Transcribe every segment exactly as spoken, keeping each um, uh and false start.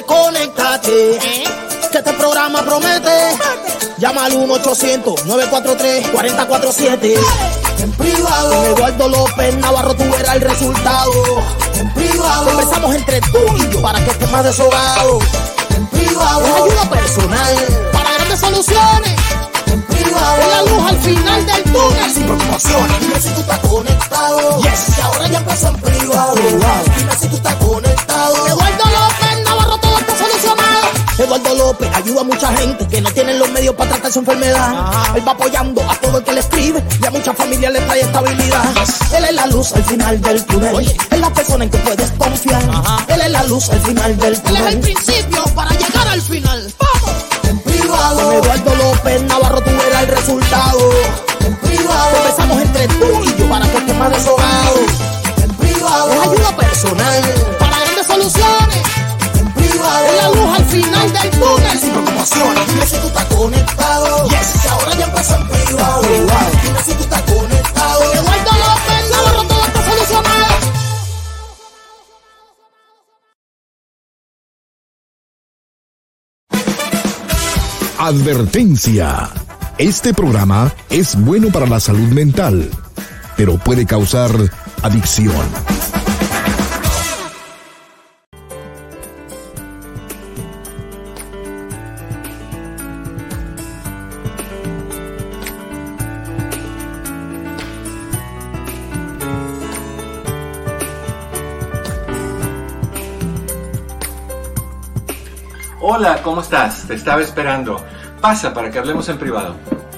conéctate, que este programa promete. Llama al uno ochocientos, nueve cuatro tres, cuatro cero cuatro siete. En privado, con Eduardo López Navarro tú verás el resultado. En privado, conversamos entre tú y yo para que estés más deshogado. En privado, es ayuda personal para grandes soluciones. En privado, es la luz al final del túnel sin preocupaciones. Dime si tú estás conectado. Yes, y ahora ya empezó en privado. Dime si tú estás conectado. Eduardo López Navarro, todo está solucionado. Eduardo López ayuda a mucha gente que no tienen los medios para tratar su enfermedad. Ajá. Él va apoyando a todo el que le escribe y a muchas familias le trae estabilidad. Él es la luz al final del túnel. Oye. Es la persona en que puedes confiar. Ajá. Él es la luz al final del túnel. Él es el principio para llegar al final. ¡Vamos! En privado, con Eduardo López Navarro tú verás el resultado. En privado, conversamos entre tú y yo para que estés más deshogado. En privado, es ayuda personal para grandes soluciones. Es la luz al final del túnel sin preocupaciones. Dime si tú estás conectado. Yes, ahora ya empezó en privado. Dime si tú estás conectado. Eduardo López Navarro, todo está solucionado. Advertencia. Este programa es bueno para la salud mental, pero puede causar adicción. Hola, ¿cómo estás? Te estaba esperando. Pasa para que hablemos en privado.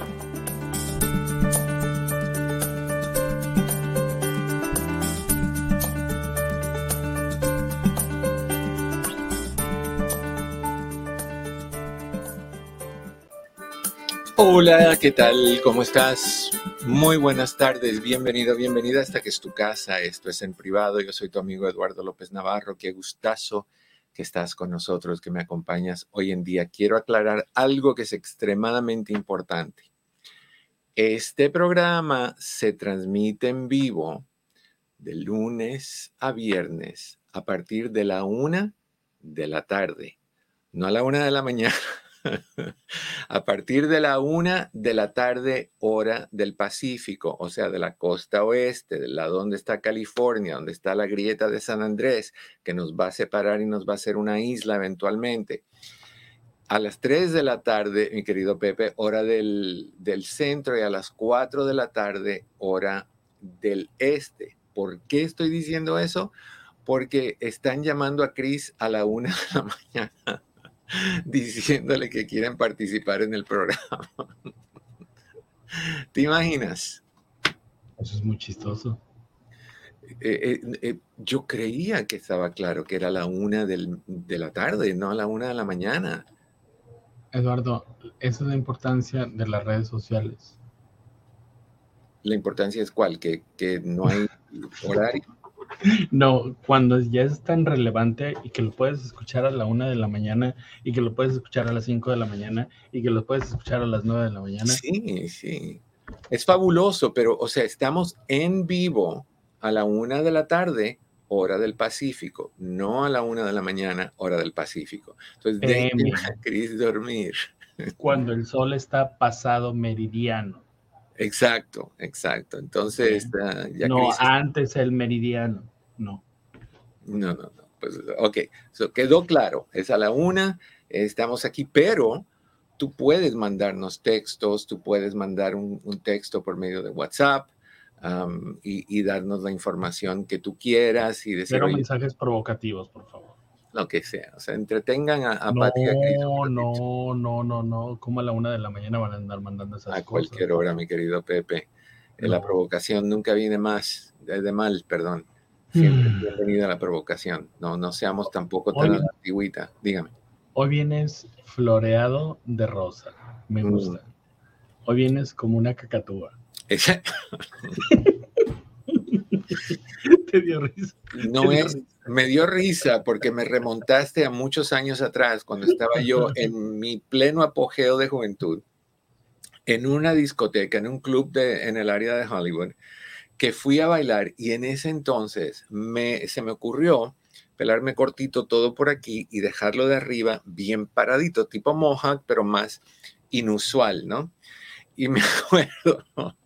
Hola, ¿qué tal? ¿Cómo estás? Muy buenas tardes, bienvenido, bienvenida a esta que es tu casa. Esto es En Privado. Yo soy tu amigo Eduardo López Navarro. Qué gustazo que estás con nosotros, que me acompañas hoy en día. Quiero aclarar algo que es extremadamente importante. Este programa se transmite en vivo de lunes a viernes a partir de la una de la tarde, no a la una de la mañana. A partir de la una de la tarde, hora del Pacífico, o sea, de la costa oeste, del lado donde está California, donde está la grieta de San Andrés, que nos va a separar y nos va a hacer una isla eventualmente. A las tres de la tarde, mi querido Pepe, hora del, del centro, y a las cuatro de la tarde, hora del este. ¿Por qué estoy diciendo eso? Porque están llamando a Chris a la una de la mañana. Diciéndole que quieren participar en el programa. ¿Te imaginas? Eso es muy chistoso. Eh, eh, eh, yo creía que estaba claro que era a la una del, de la tarde, no a la una de la mañana. Eduardo, esa es la importancia de las redes sociales. ¿La importancia es cuál? ¿Que, que no hay horario? No, cuando ya es tan relevante y que lo puedes escuchar a la una de la mañana y que lo puedes escuchar a las cinco de la mañana y que lo puedes escuchar a las nueve de la mañana. Sí, sí. Es fabuloso, pero, o sea, estamos en vivo a la una de la tarde, hora del Pacífico, no a la una de la mañana, hora del Pacífico. Entonces, dejen a Chris dormir. Cuando el sol está pasado meridiano. Exacto, exacto. Entonces, uh, ya no, Chris... antes el meridiano, no. No, no, no. Pues, ok, so, quedó claro. Es a la una, estamos aquí, pero tú puedes mandarnos textos, tú puedes mandar un, un texto por medio de WhatsApp um, y, y darnos la información que tú quieras y decir... Pero mensajes provocativos, por favor. Lo que sea, o sea, entretengan a, a no, Pati y a Chris. No, no, no, no, como a la una de la mañana van a andar mandando esas a cosas. A cualquier hora, mi querido Pepe. No. La provocación nunca viene más, de, de mal, perdón. Siempre mm. bienvenida la provocación. No, no seamos tampoco tan hoy, antigüita. Dígame. Hoy vienes floreado de rosa. Me gusta. Mm. Hoy vienes como una cacatúa. Te dio risa. No Te dio es... risa. Me dio risa porque me remontaste a muchos años atrás, cuando estaba yo en mi pleno apogeo de juventud, en una discoteca, en un club de, en el área de Hollywood, que fui a bailar y en ese entonces me, se me ocurrió pelarme cortito todo por aquí y dejarlo de arriba bien paradito, tipo mohawk, pero más inusual, ¿no? Y me acuerdo...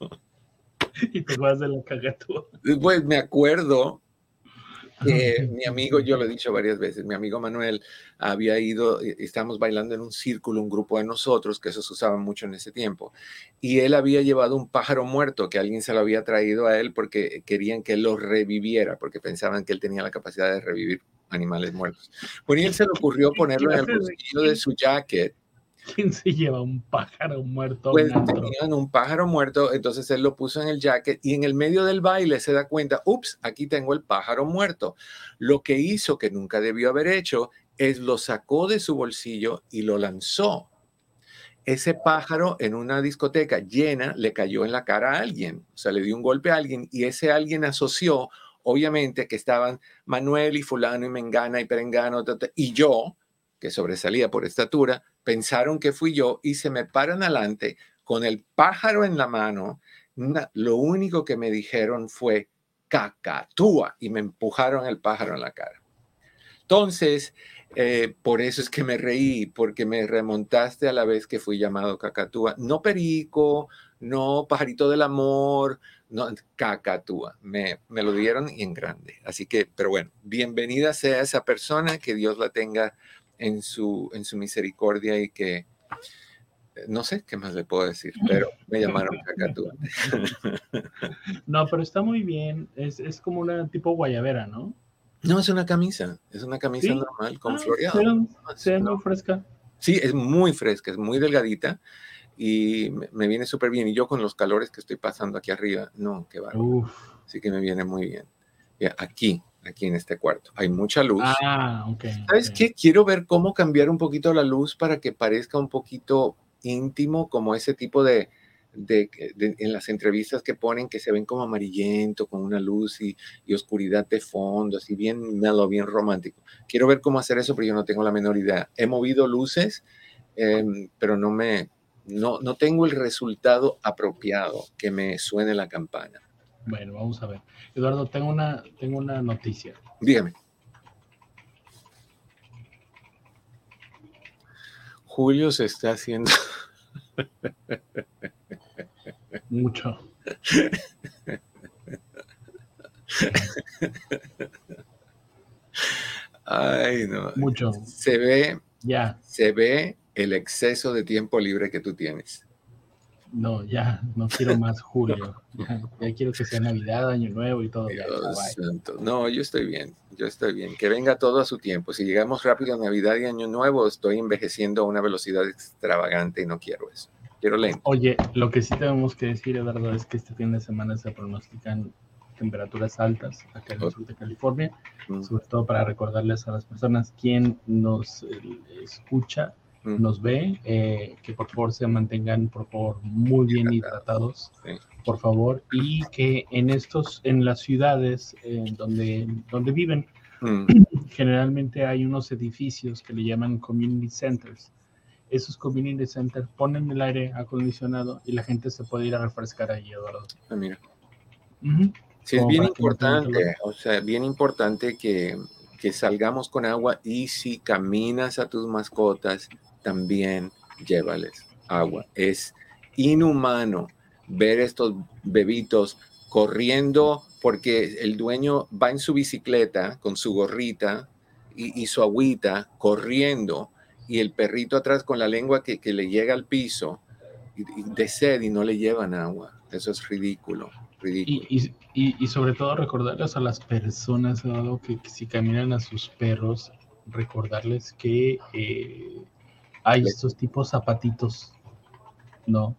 Y te acuerdas de la cacatúa. Pues me acuerdo que mi amigo, yo lo he dicho varias veces, mi amigo Manuel había ido, estábamos bailando en un círculo, un grupo de nosotros, que eso se usaba mucho en ese tiempo, y él había llevado un pájaro muerto que alguien se lo había traído a él porque querían que él lo reviviera, porque pensaban que él tenía la capacidad de revivir animales muertos. Bueno, y él se le ocurrió ponerlo en el bolsillo de su jacket. ¿Quién se lleva un pájaro muerto? Pues tenían un pájaro muerto, entonces él lo puso en el jacket y en el medio del baile se da cuenta, ups, aquí tengo el pájaro muerto. Lo que hizo, que nunca debió haber hecho, es lo sacó de su bolsillo y lo lanzó. Ese pájaro en una discoteca llena le cayó en la cara a alguien, o sea, le dio un golpe a alguien y ese alguien asoció, obviamente, que estaban Manuel y fulano y mengana y perengano y yo, que sobresalía por estatura, pensaron que fui yo y se me paran adelante con el pájaro en la mano. Na, lo único que me dijeron fue cacatúa y me empujaron el pájaro en la cara. Entonces, eh, por eso es que me reí, porque me remontaste a la vez que fui llamado cacatúa. No perico, no pajarito del amor, no, cacatúa. Me, me lo dieron y en grande. Así que, pero bueno, bienvenida sea esa persona, que Dios la tenga en su, en su misericordia y que, no sé qué más le puedo decir, pero me llamaron cacatúa. No, pero está muy bien. Es, es como una tipo guayabera, ¿no? No, es una camisa. Es una camisa ¿Sí? normal con Ah, floreado. Se ve, No, se ve no. muy fresca. Sí, es muy fresca, es muy delgadita y me, me viene súper bien. Y yo con los calores que estoy pasando aquí arriba, no, qué bárbaro. Así que me viene muy bien. Ya, aquí, aquí en este cuarto, hay mucha luz. Ah, ok. ¿Sabes okay. qué? Quiero ver cómo cambiar un poquito la luz para que parezca un poquito íntimo, como ese tipo de, de, de en las entrevistas que ponen que se ven como amarillento, con una luz y, y oscuridad de fondo, así bien mellow, bien romántico. Quiero ver cómo hacer eso, pero yo no tengo la menor idea. He movido luces, eh, pero no me, no, no tengo el resultado apropiado que me suene la campana. Bueno, vamos a ver. Eduardo, tengo una, tengo una noticia. Dígame. Julio se está haciendo... Mucho. Ay, no. Mucho. Se ve, ya. Se ve el exceso de tiempo libre que tú tienes. No, ya, no quiero más julio. Ya, ya quiero que sea Navidad, Año Nuevo y todo. Dios ya, santo. No, yo estoy bien, yo estoy bien. Que venga todo a su tiempo. Si llegamos rápido a Navidad y Año Nuevo, estoy envejeciendo a una velocidad extravagante y no quiero eso. Quiero lento. Oye, lo que sí tenemos que decir, Eduardo, es que este fin de semana se pronostican temperaturas altas acá en el sur de California, mm. sobre todo para recordarles a las personas quien nos eh, escucha, mm. nos ve, eh, que por favor se mantengan por favor muy bien hidratados, sí. por favor, y que en estos, en las ciudades eh, donde, donde viven, mm. generalmente hay unos edificios que le llaman community centers. Esos community centers ponen el aire acondicionado y la gente se puede ir a refrescar ahí, Eduardo. Ah, mira. Uh-huh. Sí, es bien importante, o sea, bien importante que, que salgamos con agua y si caminas a tus mascotas, también llévales agua. Es inhumano ver estos bebitos corriendo porque el dueño va en su bicicleta con su gorrita y, y su agüita corriendo y el perrito atrás con la lengua que, que le llega al piso y, y de sed y no le llevan agua. Eso es ridículo. Y, y, y, y sobre todo recordarles a las personas, ¿no? que, que si caminan a sus perros, recordarles que eh, hay estos tipos zapatitos, ¿no?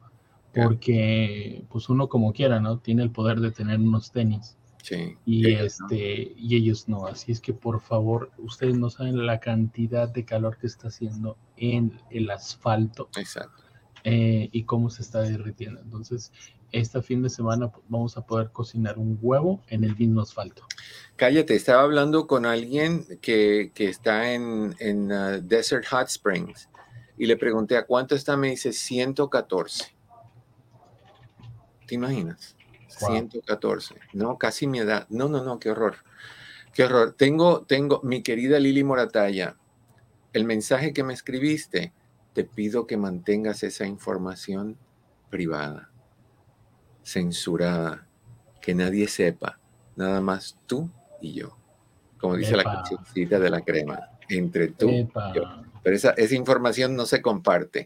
Porque pues uno como quiera, ¿no? Tiene el poder de tener unos tenis. Sí. Y ellos, este, ¿no? y ellos no. Así es que por favor, ustedes no saben la cantidad de calor que está haciendo en el asfalto. Exacto. Eh, y cómo se está derritiendo. Entonces, este fin de semana vamos a poder cocinar un huevo en el mismo asfalto. Cállate, estaba hablando con alguien que, que está en, en uh, Desert Hot Springs y le pregunté a cuánto está, me dice ciento catorce. ¿Te imaginas? Wow. ciento catorce, no, casi mi edad. No, no, no, qué horror. Qué horror. Tengo, tengo, mi querida Lili Moratalla, el mensaje que me escribiste, te pido que mantengas esa información privada, censurada, que nadie sepa, nada más tú y yo. Como dice Epa. la cancioncita de la crema, entre tú Epa. y yo. Pero esa, esa información no se comparte.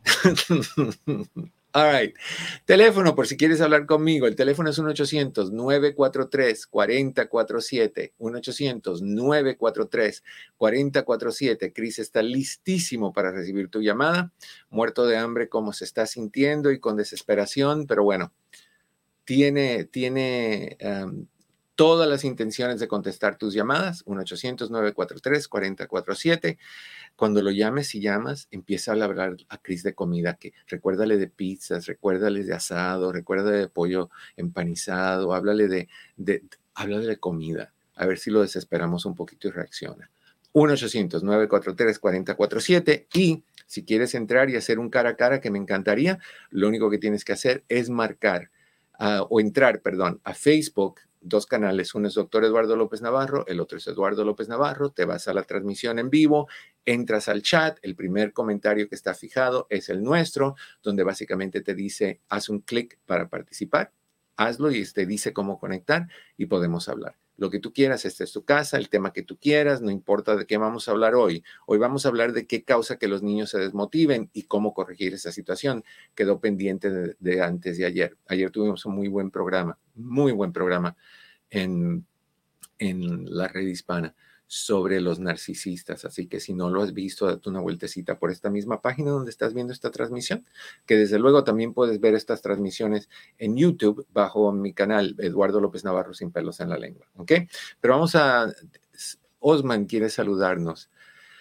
All right. Teléfono, por si quieres hablar conmigo. El teléfono es uno ochocientos, nueve cuatro tres, cuatro cero cuatro siete. uno ochocientos, nueve cuatro tres, cuatro cero cuatro siete. Chris está listísimo para recibir tu llamada. Muerto de hambre, como se está sintiendo y con desesperación. Pero bueno, tiene, tiene um, todas las intenciones de contestar tus llamadas. uno ochocientos, nueve cuatro tres, cuatro cero cuatro siete. Cuando lo llames y llamas, empieza a hablar a Chris de comida, que recuérdale de pizzas, recuérdale de asado, recuérdale de pollo empanizado, háblale de, de, de, háblale de comida, a ver si lo desesperamos un poquito y reacciona. uno ochocientos, nueve cuatro tres, cuatro cero cuatro siete y si quieres entrar y hacer un cara a cara, que me encantaría, lo único que tienes que hacer es marcar uh, o entrar, perdón, a Facebook. Dos canales, uno es doctor Eduardo López Navarro, el otro es Eduardo López Navarro, te vas a la transmisión en vivo, entras al chat, el primer comentario que está fijado es el nuestro, donde básicamente te dice, haz un clic para participar, hazlo y te dice cómo conectar y podemos hablar. Lo que tú quieras, esta es tu casa, el tema que tú quieras, no importa de qué vamos a hablar hoy. Hoy vamos a hablar de qué causa que los niños se desmotiven y cómo corregir esa situación. Quedó pendiente de, de antes de ayer. Ayer tuvimos un muy buen programa, muy buen programa en, en la red hispana sobre los narcisistas. Así que si no lo has visto, date una vueltecita por esta misma página donde estás viendo esta transmisión, que desde luego también puedes ver estas transmisiones en YouTube bajo mi canal Eduardo López Navarro sin pelos en la lengua. ¿Ok? Pero vamos a... Osman quiere saludarnos.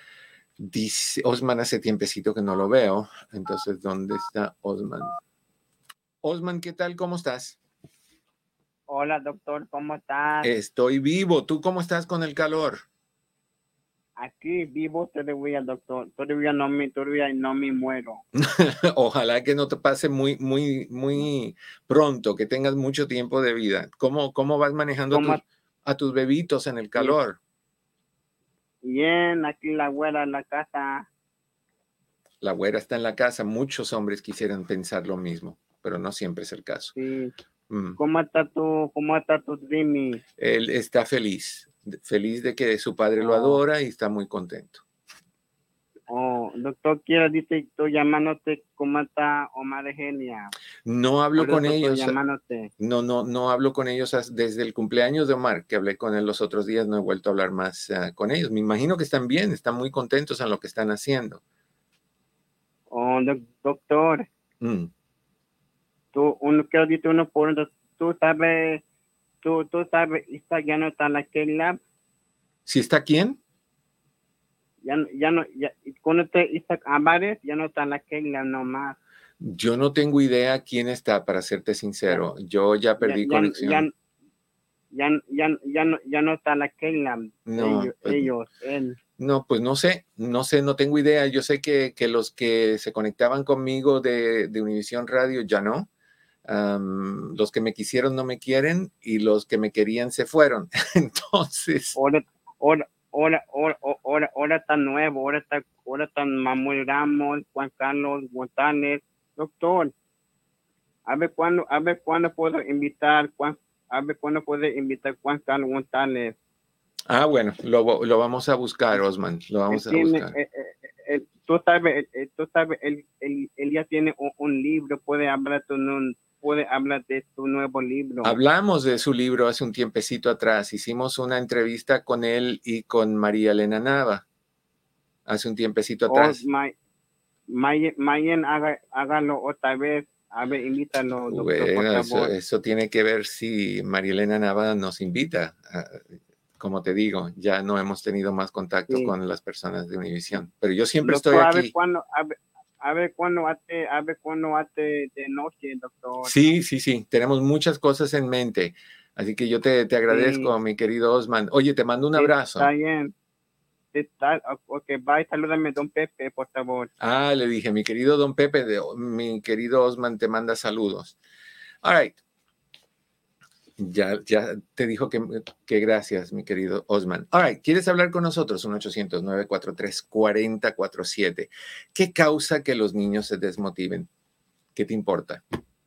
Dice, Osman hace tiempecito que no lo veo. Entonces, ¿dónde está Osman? Osman, ¿qué tal? ¿Cómo estás? Hola, doctor, ¿cómo estás? Estoy vivo. ¿Tú cómo estás con el calor? Aquí vivo todavía, doctor. Todavía no me, todavía no me muero. Ojalá que no te pase muy, muy, muy pronto, que tengas mucho tiempo de vida. ¿Cómo, cómo vas manejando a tus, a tus bebitos en el calor? Bien, aquí la güera en la casa. La güera está en la casa. Muchos hombres quisieran pensar lo mismo, pero no siempre es el caso. Sí. Mm. ¿Cómo está tu, cómo está tu Jimmy? Él está feliz, feliz de que su padre oh. lo adora y está muy contento. Oh, doctor, quiero decir, estoy llamándote, ¿cómo está Omar Genia? No hablo Por con eso ellos. Estoy llamándote. No, no, no hablo con ellos desde el cumpleaños de Omar, que hablé con él los otros días, no he vuelto a hablar más uh, con ellos. Me imagino que están bien, están muy contentos en lo que están haciendo. Oh, do doctor. Mm. Tú, uno, quiero decir, uno por uno, tú sabes, tú, tú sabes, está, ya no está la K-Lab. ¿Sí está quién? Ya, ya no, ya, cuando te Isaac Álvarez, ya no está la K-Lab nomás. Yo no tengo idea quién está, para serte sincero. Ya, Yo ya perdí ya, conexión. Ya, ya, ya, ya, no, ya no está la K-Lab. No, ellos, pues, ellos, él. No, pues no sé, no sé, no tengo idea. Yo sé que, que los que se conectaban conmigo de, de Univisión Radio ya no. Um, los que me quisieron no me quieren y los que me querían se fueron. Entonces... Ahora, ahora, ahora, ahora, ahora, ahora está nuevo, ahora está, ahora está Manuel Ramos, Juan Carlos González. Doctor, a ver cuándo, a ver cuándo puedo invitar, Juan, a ver cuándo puedo invitar Juan Carlos González. Ah, bueno, lo, lo vamos a buscar, Osman, lo vamos él tiene, a buscar. Eh, eh, eh, tú sabes, eh, tú sabes, él, él, él ya tiene un, un libro, puede hablar, tu, puede hablar de tu nuevo libro. Hablamos de su libro hace un tiempecito atrás, hicimos una entrevista con él y con María Elena Nava, hace un tiempecito atrás. Oh, my, my, Mayen, haga, hágalo otra vez. A ver, invítalo, doctor, bueno, por eso, favor. eso tiene que ver si María Elena Nava nos invita. Como te digo, ya no hemos tenido más contacto sí. con las personas de Univisión, pero yo siempre doctor, estoy aquí. A ver cuándo, a ver, a ver cuándo hace, a ver cuándo hace de noche, doctor. Sí, sí, sí, tenemos muchas cosas en mente, así que yo te, te agradezco, sí. mi querido Osman. Oye, te mando un sí, abrazo. Está bien. Está, ok, bye, salúdame, don Pepe, por favor. Ah, le dije, mi querido don Pepe, de, mi querido Osman te manda saludos. All right. Ya, ya te dijo que, que gracias, mi querido Osman. All right, ¿quieres hablar con nosotros? uno ochocientos, nueve cuatro tres, cuatro cero cuatro siete. ¿Qué causa que los niños se desmotiven? ¿Qué te importa?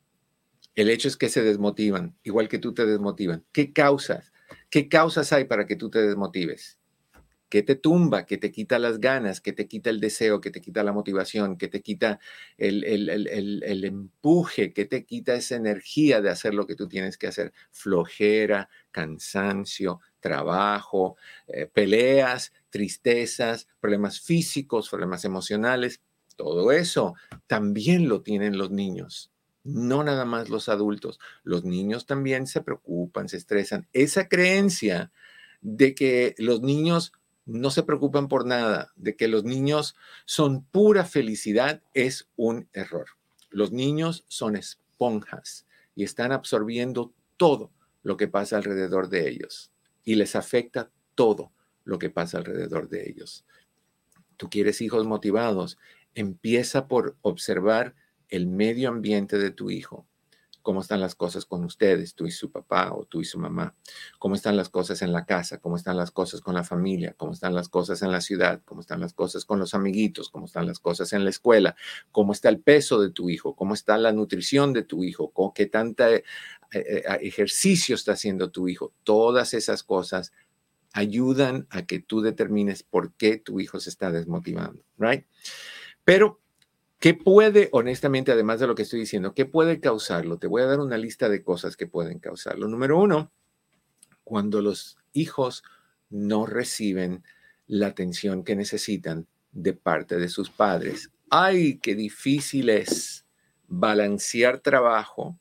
El hecho es que se desmotivan, igual que tú te desmotivan. ¿Qué causas? ¿Qué causas hay para que tú te desmotives? ¿Qué te tumba? ¿Qué te quita las ganas? ¿Qué te quita el deseo? ¿Qué te quita la motivación? ¿Qué te quita el, el, el, el, el empuje? ¿Qué te quita esa energía de hacer lo que tú tienes que hacer? Flojera, cansancio, trabajo, eh, peleas, tristezas, problemas físicos, problemas emocionales. Todo eso también lo tienen los niños. No nada más los adultos. Los niños también se preocupan, se estresan. Esa creencia de que los niños no se preocupan por nada, de que los niños son pura felicidad, es un error. Los niños son esponjas y están absorbiendo todo lo que pasa alrededor de ellos y les afecta todo lo que pasa alrededor de ellos. Tú quieres hijos motivados, empieza por observar el medio ambiente de tu hijo. Cómo están las cosas con ustedes, tú y su papá o tú y su mamá. Cómo están las cosas en la casa, cómo están las cosas con la familia, cómo están las cosas en la ciudad, cómo están las cosas con los amiguitos, cómo están las cosas en la escuela, cómo está el peso de tu hijo, cómo está la nutrición de tu hijo, con qué tanta eh, eh, ejercicio está haciendo tu hijo. Todas esas cosas ayudan a que tú determines por qué tu hijo se está desmotivando, right? Pero ¿qué puede, honestamente, además de lo que estoy diciendo, qué puede causarlo? Te voy a dar una lista de cosas que pueden causarlo. Número uno, cuando los hijos no reciben la atención que necesitan de parte de sus padres. ¡Ay, qué difícil es balancear trabajo,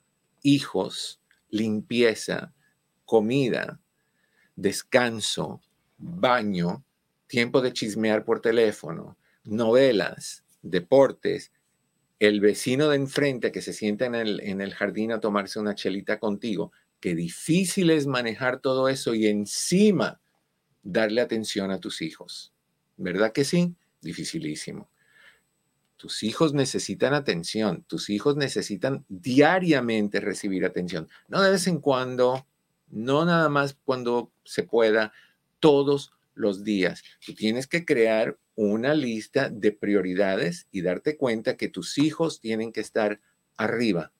hijos, limpieza, comida, descanso, baño, tiempo de chismear por teléfono, novelas, deportes, el vecino de enfrente que se sienta en el, en el jardín a tomarse una chelita contigo? Qué difícil es manejar todo eso y encima darle atención a tus hijos. ¿Verdad que sí? Dificilísimo. Tus hijos necesitan atención. Tus hijos necesitan diariamente recibir atención. No de vez en cuando, no nada más cuando se pueda, todos los días. Tú tienes que crear una lista de prioridades y darte cuenta que tus hijos tienen que estar arriba.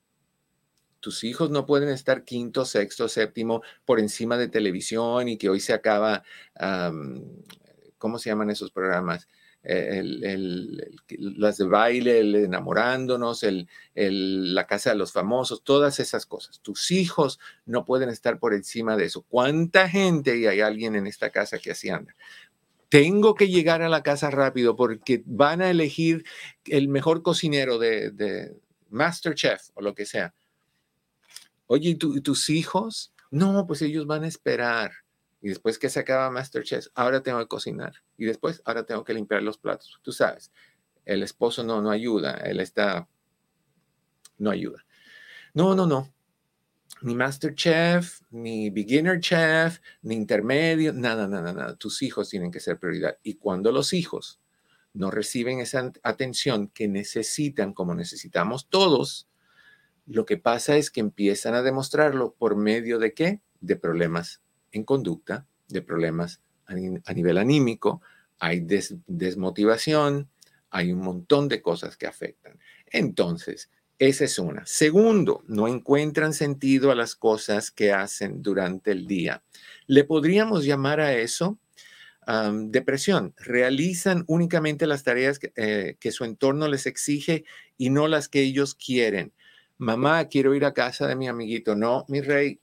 Tus hijos no pueden estar quinto, sexto, séptimo por encima de televisión y que hoy se acaba, um, ¿cómo se llaman esos programas? El, el, el, las de baile, el enamorándonos, el, el, la casa de los famosos, todas esas cosas. Tus hijos no pueden estar por encima de eso. ¿Cuánta gente, y hay alguien en esta casa que así anda? Tengo que llegar a la casa rápido porque van a elegir el mejor cocinero de, de MasterChef o lo que sea. Oye, ¿y, tu, ¿y tus hijos? No, pues ellos van a esperar. Y después que se acaba MasterChef, ahora tengo que cocinar. Y después, ahora tengo que limpiar los platos. Tú sabes, el esposo no, no ayuda. Él está, no ayuda. No, no, no. Ni MasterChef, ni Beginner Chef, ni intermedio, nada, nada, nada. Tus hijos tienen que ser prioridad. Y cuando los hijos no reciben esa atención que necesitan, como necesitamos todos, lo que pasa es que empiezan a demostrarlo por medio de ¿qué? De problemas en conducta, de problemas a, a nivel anímico, hay des, desmotivación, hay un montón de cosas que afectan. Entonces, esa es una. Segundo, no encuentran sentido a las cosas que hacen durante el día. ¿Le podríamos llamar a eso um, depresión? Realizan únicamente las tareas que, eh, que su entorno les exige y no las que ellos quieren. Mamá, quiero ir a casa de mi amiguito. No, mi rey,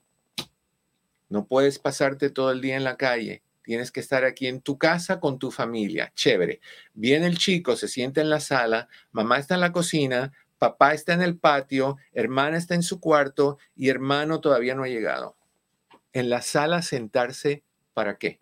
no puedes pasarte todo el día en la calle. Tienes que estar aquí en tu casa con tu familia. Chévere. Viene el chico, se sienta en la sala, mamá está en la cocina, papá está en el patio, hermana está en su cuarto y hermano todavía no ha llegado. En la sala sentarse, ¿para qué?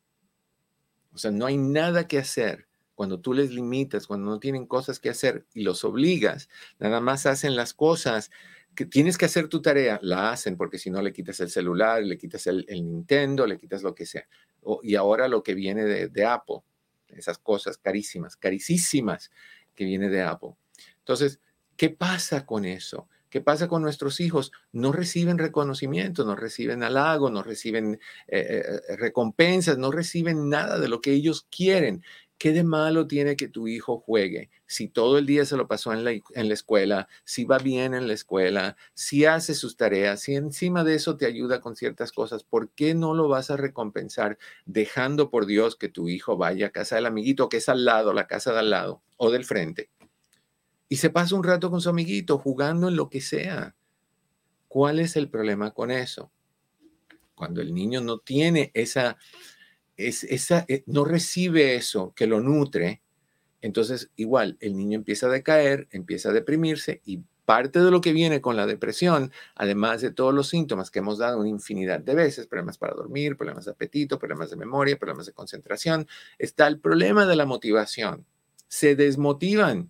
O sea, no hay nada que hacer. Cuando tú les limitas, cuando no tienen cosas que hacer y los obligas, nada más hacen las cosas que tienes que hacer tu tarea, la hacen porque si no le quitas el celular, le quitas el, el Nintendo, le quitas lo que sea. O, y ahora lo que viene de, de Apple, esas cosas carísimas, carísimas que viene de Apple. Entonces, ¿qué pasa con eso? ¿Qué pasa con nuestros hijos? No reciben reconocimiento, no reciben halago, no reciben eh, eh, recompensas, no reciben nada de lo que ellos quieren. ¿Qué de malo tiene que tu hijo juegue? Si todo el día se lo pasó en la, en la escuela, si va bien en la escuela, si hace sus tareas, si encima de eso te ayuda con ciertas cosas, ¿por qué no lo vas a recompensar dejando por Dios que tu hijo vaya a casa del amiguito que es al lado, la casa de al lado o del frente? Y se pasa un rato con su amiguito jugando en lo que sea. ¿Cuál es el problema con eso? Cuando el niño no tiene esa... Es, esa, eh, no recibe eso que lo nutre, entonces igual el niño empieza a decaer, empieza a deprimirse y parte de lo que viene con la depresión, además de todos los síntomas que hemos dado una infinidad de veces, problemas para dormir, problemas de apetito, problemas de memoria, problemas de concentración, está el problema de la motivación. Se desmotivan,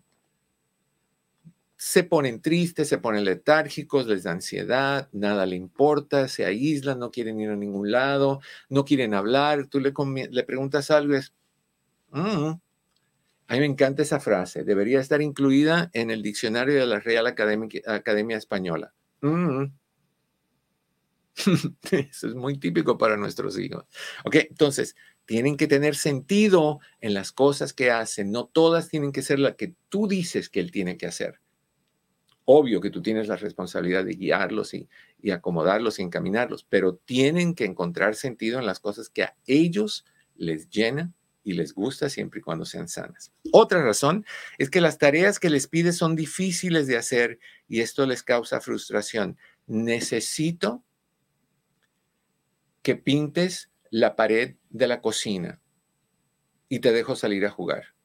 se ponen tristes, se ponen letárgicos, les da ansiedad, nada le importa, se aíslan, no quieren ir a ningún lado, no quieren hablar. Tú le, le preguntas algo y es, mm. A mí me encanta esa frase, debería estar incluida en el diccionario de la Real Academia, Academia Española. Mm. Eso es muy típico para nuestros hijos. Ok, entonces, tienen que tener sentido en las cosas que hacen. No todas tienen que ser las que tú dices que él tiene que hacer. Obvio que tú tienes la responsabilidad de guiarlos y, y acomodarlos y encaminarlos, pero tienen que encontrar sentido en las cosas que a ellos les llenan y les gusta siempre y cuando sean sanas. Otra razón es que las tareas que les pides son difíciles de hacer y esto les causa frustración. Necesito que pintes la pared de la cocina y te dejo salir a jugar.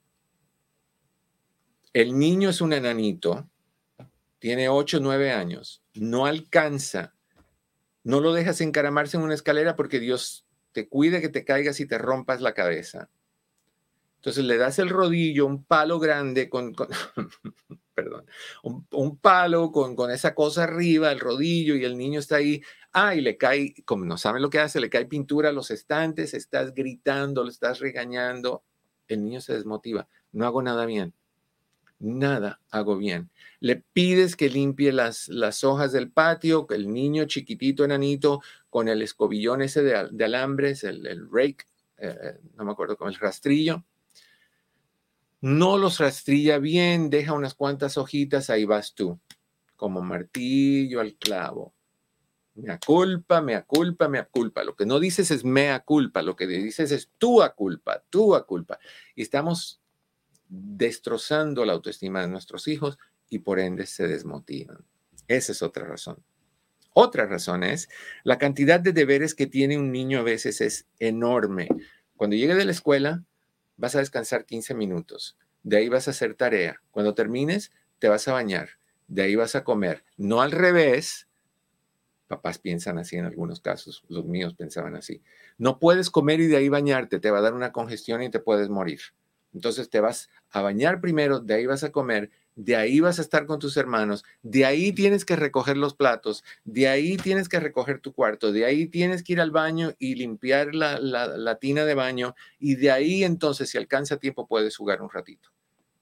El niño es un enanito. Tiene ocho, nueve años, no alcanza, no lo dejas encaramarse en una escalera porque Dios te cuide que te caigas y te rompas la cabeza. Entonces le das el rodillo, un palo grande con, con perdón, un, un palo con, con esa cosa arriba, el rodillo, y el niño está ahí. Ah, y le cae, como no saben lo que hace, le cae pintura a los estantes, estás gritando, lo estás regañando, el niño se desmotiva. No hago nada bien. Nada hago bien. Le pides que limpie las, las hojas del patio, que el niño chiquitito, enanito, con el escobillón ese de, de alambres, el, el rake, eh, no me acuerdo, con el rastrillo. No los rastrilla bien, deja unas cuantas hojitas, ahí vas tú, como martillo al clavo. Mea culpa, mea culpa, mea culpa. Lo que no dices es mea culpa, lo que dices es tua culpa, tua culpa. Y estamos destrozando la autoestima de nuestros hijos y por ende se desmotivan. Esa es otra razón. Otra razón es la cantidad de deberes que tiene un niño a veces es enorme. Cuando llegue de la escuela vas a descansar quince minutos. De ahí vas a hacer tarea. Cuando termines te vas a bañar. De ahí vas a comer. No al revés. Papás piensan así en algunos casos. Los míos pensaban así. No puedes comer y de ahí bañarte. Te va a dar una congestión y te puedes morir. Entonces te vas a bañar primero, de ahí vas a comer, de ahí vas a estar con tus hermanos, de ahí tienes que recoger los platos, de ahí tienes que recoger tu cuarto, de ahí tienes que ir al baño y limpiar la, la, la tina de baño y de ahí entonces si alcanza tiempo puedes jugar un ratito.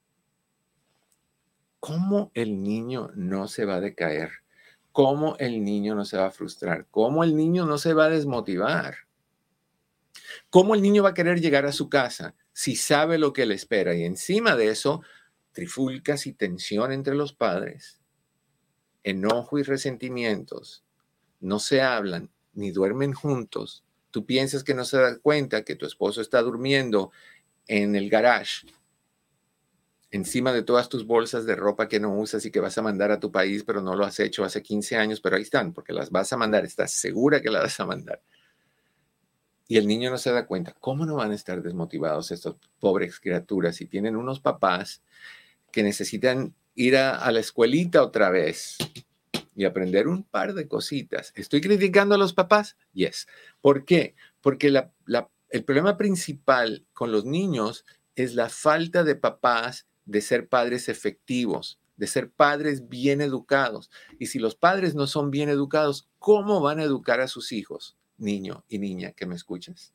¿Cómo el niño no se va a decaer? ¿Cómo el niño no se va a frustrar? ¿Cómo el niño no se va a desmotivar? ¿Cómo el niño va a querer llegar a su casa si sabe lo que le espera? Y encima de eso, trifulcas y tensión entre los padres, enojo y resentimientos. No se hablan ni duermen juntos. Tú piensas que no se da cuenta que tu esposo está durmiendo en el garage, encima de todas tus bolsas de ropa que no usas y que vas a mandar a tu país, pero no lo has hecho hace quince años, pero ahí están, porque las vas a mandar. Estás segura que las vas a mandar. Y el niño no se da cuenta. ¿Cómo no van a estar desmotivados estas pobres criaturas si tienen unos papás que necesitan ir a, a la escuelita otra vez y aprender un par de cositas? ¿Estoy criticando a los papás? Yes. ¿Por qué? Porque la, la, el problema principal con los niños es la falta de papás de ser padres efectivos, de ser padres bien educados. Y si los padres no son bien educados, ¿cómo van a educar a sus hijos? Niño y niña que me escuchas.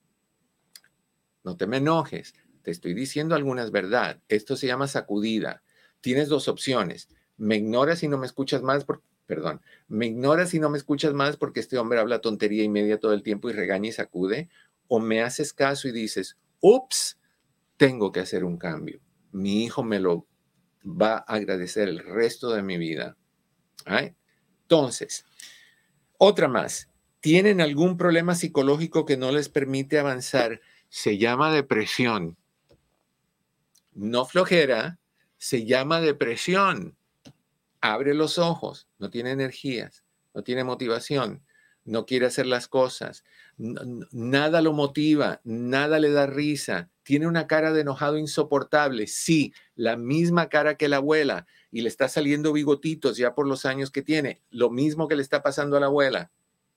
No te me enojes. Te estoy diciendo algunas verdades. Esto se llama sacudida. Tienes dos opciones. Me ignoras y no me escuchas más, por, perdón, me ignoras y no me escuchas más porque este hombre habla tontería y media todo el tiempo y regaña y sacude, o me haces caso y dices, ups, tengo que hacer un cambio. Mi hijo me lo va a agradecer el resto de mi vida. ¿Right? Entonces, otra más. ¿Tienen algún problema psicológico que no les permite avanzar? Se llama depresión. No flojera, se llama depresión. Abre los ojos, no tiene energías, no tiene motivación, no quiere hacer las cosas, nada lo motiva, nada le da risa, tiene una cara de enojado insoportable, sí, la misma cara que la abuela, y le está saliendo bigotitos ya por los años que tiene, lo mismo que le está pasando a la abuela.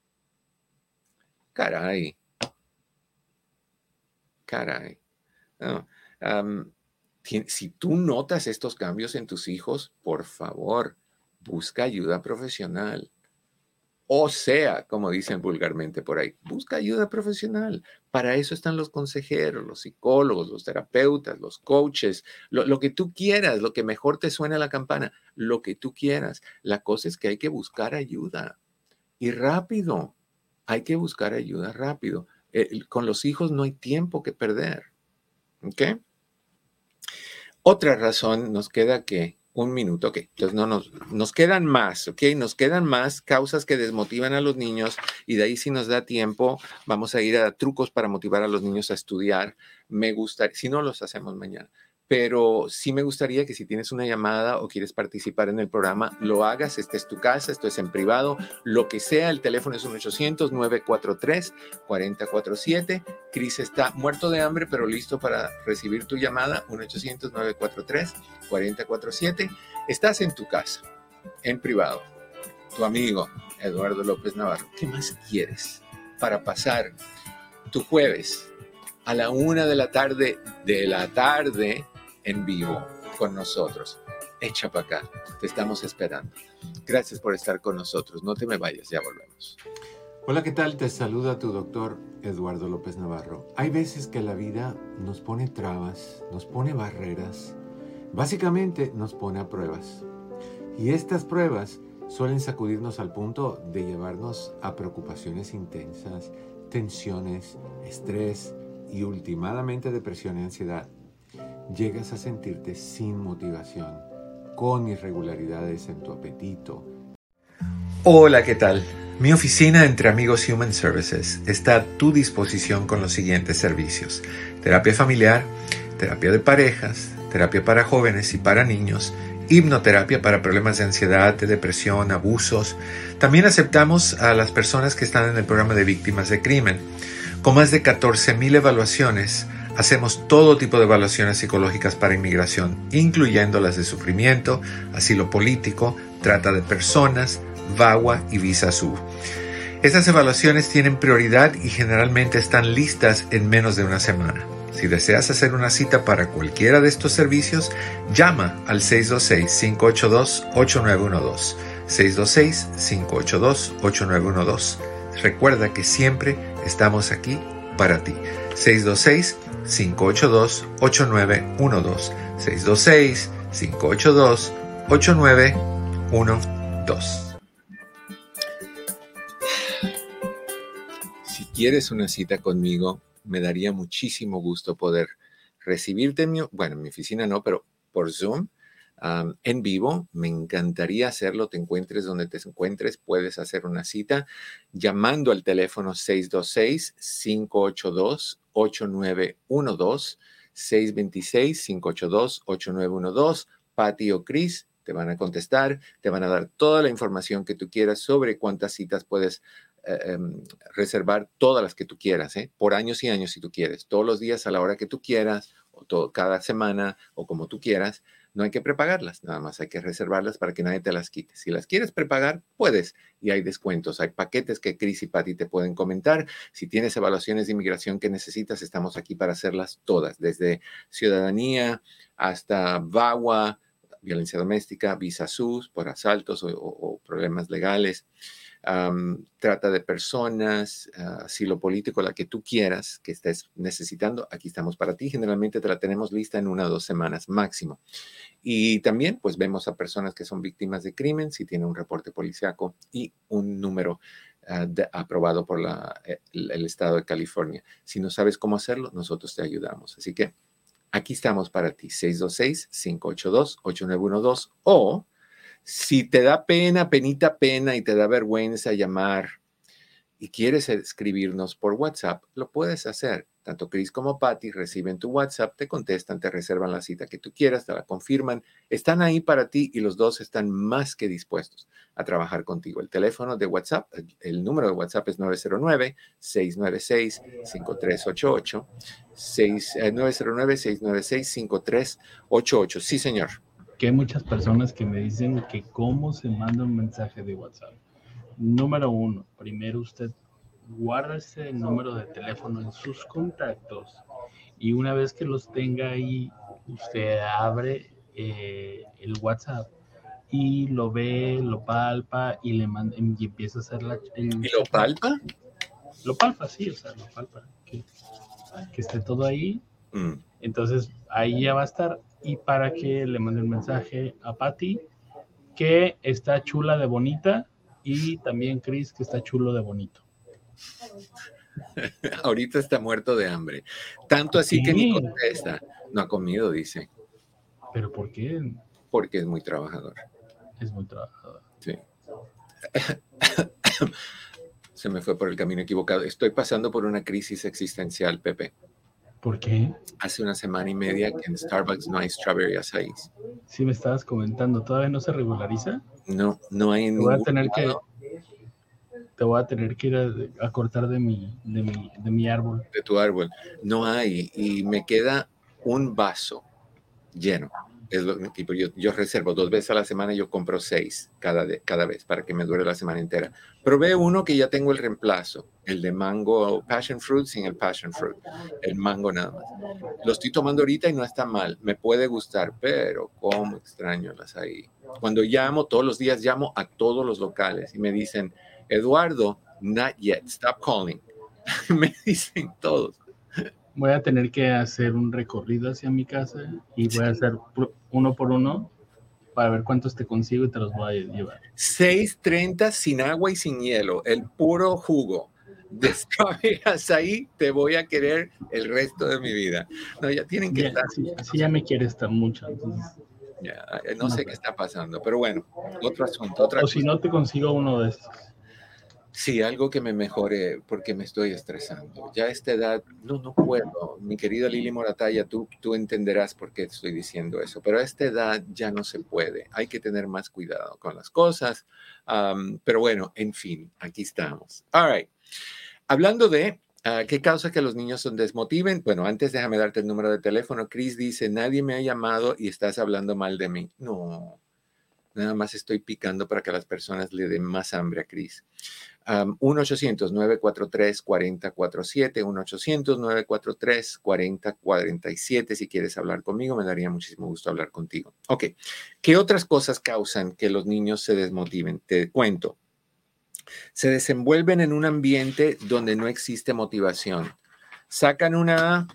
Caray. Caray. No. Um, si tú notas estos cambios en tus hijos, por favor, busca ayuda profesional. O sea, como dicen vulgarmente por ahí, busca ayuda profesional. Para eso están los consejeros, los psicólogos, los terapeutas, los coaches, lo, lo que tú quieras, lo que mejor te suene a la campana, lo que tú quieras. La cosa es que hay que buscar ayuda. Y rápido, hay que buscar ayuda rápido. Eh, con los hijos no hay tiempo que perder. ¿Ok? Otra razón, nos queda que un minuto, ok, entonces no nos, nos quedan más, ok, nos quedan más causas que desmotivan a los niños y de ahí si nos da tiempo vamos a ir a trucos para motivar a los niños a estudiar. Me gustaría, si no los hacemos mañana, pero sí me gustaría que si tienes una llamada o quieres participar en el programa, lo hagas. Esta es tu casa, esto es en privado, lo que sea. El teléfono es uno ochocientos, nueve cuatro tres, cuatro cero cuatro siete. Cris está muerto de hambre, pero listo para recibir tu llamada. uno ochocientos, nueve cuatro tres, cuatro cero cuatro siete. Estás en tu casa, en privado. Tu amigo, Eduardo López Navarro. ¿Qué más quieres para pasar tu jueves a la una de la tarde, de la tarde, en vivo con nosotros? Echa para acá, te estamos esperando. Gracias por estar con nosotros, no te me vayas, ya volvemos. Hola, ¿qué tal? Te saluda tu doctor Eduardo López Navarro. Hay veces que la vida nos pone trabas, nos pone barreras, básicamente nos pone a pruebas. Y estas pruebas suelen sacudirnos al punto de llevarnos a preocupaciones intensas, tensiones, estrés y últimamente depresión y ansiedad. Llegas a sentirte sin motivación, con irregularidades en tu apetito. Hola, ¿qué tal? Mi oficina Entre Amigos Human Services está a tu disposición con los siguientes servicios: terapia familiar, terapia de parejas, terapia para jóvenes y para niños, hipnoterapia para problemas de ansiedad, de depresión, abusos. También aceptamos a las personas que están en el programa de víctimas de crimen. Con más de catorce mil evaluaciones, hacemos todo tipo de evaluaciones psicológicas para inmigración, incluyendo las de sufrimiento, asilo político, trata de personas, V A W A y Visa S U B. Estas evaluaciones tienen prioridad y generalmente están listas en menos de una semana. Si deseas hacer una cita para cualquiera de estos servicios, llama al seis dos seis, cinco ocho dos, ocho nueve uno dos. seis dos seis, cinco ocho dos, ocho nueve uno dos. Recuerda que siempre estamos aquí para ti. seis dos seis, cinco ocho dos, ocho nueve uno dos. seis dos seis, cinco ocho dos, ocho nueve uno dos. Si quieres una cita conmigo, me daría muchísimo gusto poder recibirte en mi, bueno, en mi oficina no, pero por Zoom, um, en vivo. Me encantaría hacerlo. Te encuentres donde te encuentres, puedes hacer una cita llamando al teléfono seis dos seis, cinco ocho dos, ocho nueve uno dos, seis dos seis, cinco ocho dos, ocho nueve uno dos. Patty o Chris te van a contestar, te van a dar toda la información que tú quieras sobre cuántas citas puedes eh, um, reservar, todas las que tú quieras, ¿eh? Por años y años si tú quieres, todos los días a la hora que tú quieras, o todo, cada semana, o como tú quieras. No hay que prepagarlas, nada más hay que reservarlas para que nadie te las quite. Si las quieres prepagar, puedes, y hay descuentos, hay paquetes que Chris y Patty te pueden comentar. Si tienes evaluaciones de inmigración que necesitas, estamos aquí para hacerlas todas, desde ciudadanía hasta V A W A, violencia doméstica, visa S U S por asaltos o, o, o problemas legales, um, trata de personas, uh, asilo político, la que tú quieras, que estés necesitando, aquí estamos para ti. Generalmente te la tenemos lista en una o dos semanas máximo. Y también, pues, vemos a personas que son víctimas de crimen, si tiene un reporte policíaco y un número uh, de, aprobado por la, el, el estado de California. Si no sabes cómo hacerlo, nosotros te ayudamos. Así que aquí estamos para ti, seis dos seis, cinco ocho dos, ocho nueve uno dos. O si te da pena, penita pena y te da vergüenza llamar y quieres escribirnos por WhatsApp, lo puedes hacer. Tanto Chris como Patty reciben tu WhatsApp, te contestan, te reservan la cita que tú quieras, te la confirman. Están ahí para ti y los dos están más que dispuestos a trabajar contigo. El teléfono de WhatsApp, el número de WhatsApp es nueve cero nueve, seis nueve seis, cinco tres ocho ocho. nueve cero nueve, seis nueve seis, cinco tres ocho ocho. Sí, señor. Que hay muchas personas que me dicen que cómo se manda un mensaje de WhatsApp. Número uno, primero usted guárdese el número de teléfono en sus contactos y una vez que los tenga ahí, usted abre eh, el WhatsApp y lo ve, lo palpa y le manda y empieza a hacer la... El, ¿Y lo palpa? Lo palpa, sí, o sea, lo palpa. Que, que esté todo ahí. Mm. Entonces, ahí ya va a estar. Y para que le mande un mensaje a Patty, que está chula de bonita, y también Chris, que está chulo de bonito. Ahorita está muerto de hambre. Tanto así que ni contesta. No ha comido, dice. ¿Pero por qué? Porque es muy trabajador. Es muy trabajador. Sí. Se me fue por el camino equivocado. Estoy pasando por una crisis existencial, Pepe. ¿Por qué? Hace una semana y media que en Starbucks no hay strawberry açaí. Sí, me estabas comentando. ¿Todavía no se regulariza? No, no hay te voy a tener que Te voy a tener que ir a, a cortar de mi, de, mi, de mi árbol. De tu árbol. No hay. Y me queda un vaso lleno. Es lo, tipo, yo, yo reservo dos veces a la semana y yo compro seis cada, de, cada vez para que me dure la semana entera. Probé uno que ya tengo el reemplazo, el de mango passion fruit sin el passion fruit, el mango nada más. Lo estoy tomando ahorita y no está mal, me puede gustar, pero cómo extraño las ahí. Cuando llamo, todos los días llamo a todos los locales y me dicen, Eduardo, not yet, stop calling. Me dicen todos. Voy a tener que hacer un recorrido hacia mi casa y voy a hacer uno por uno para ver cuántos te consigo y te los voy a llevar. seis treinta sin agua y sin hielo, el puro jugo de strawberry açaí, te voy a querer el resto de mi vida. No, ya tienen que ya, estar. Sí, sí, ya me quiere estar mucho. Entonces, ya, no, no sé qué está pasando, pero bueno, otro asunto. Otra o cosa. Si no, te consigo uno de estos. Sí, algo que me mejore porque me estoy estresando. Ya a esta edad, no, no puedo. Mi querida Lili Morataya, tú, tú entenderás por qué estoy diciendo eso, pero a esta edad ya no se puede. Hay que tener más cuidado con las cosas. Um, pero bueno, en fin, aquí estamos. All right. Hablando de uh, qué causa que los niños se desmotiven. Bueno, antes déjame darte el número de teléfono. Chris dice, nadie me ha llamado y estás hablando mal de mí. No, nada más estoy picando para que las personas le den más hambre a Chris. Um, uno ochocientos, nueve cuatro tres, cuatro cero cuatro siete, uno ochocientos, nueve cuatro tres, cuatro cero cuatro siete. Si quieres hablar conmigo, me daría muchísimo gusto hablar contigo. Ok, ¿qué otras cosas causan que los niños se desmotiven? Te cuento. Se desenvuelven en un ambiente donde no existe motivación. Sacan una...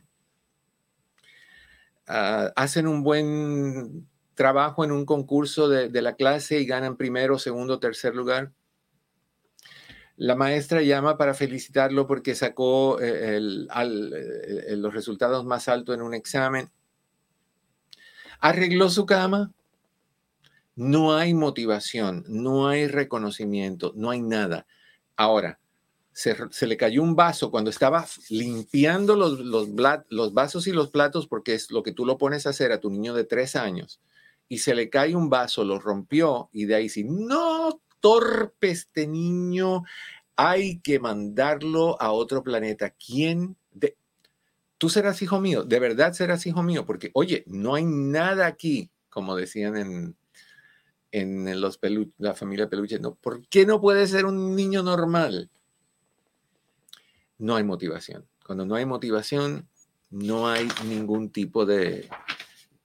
Uh, hacen un buen trabajo en un concurso de, de la clase y ganan primero, segundo, tercer lugar. La maestra llama para felicitarlo porque sacó el, el, el, los resultados más altos en un examen. Arregló su cama. No hay motivación, no hay reconocimiento, no hay nada. Ahora, se, se le cayó un vaso cuando estaba limpiando los, los, los vasos y los platos, porque es lo que tú lo pones a hacer a tu niño de tres años, y se le cae un vaso, lo rompió, y de ahí sí, no, torpe este niño, hay que mandarlo a otro planeta. ¿Quién? De... Tú serás hijo mío, de verdad serás hijo mío, porque, oye, no hay nada aquí, como decían en, en los pelu la familia Peluche, ¿no? ¿Por qué no puede ser un niño normal? No hay motivación. Cuando no hay motivación, no hay ningún tipo de...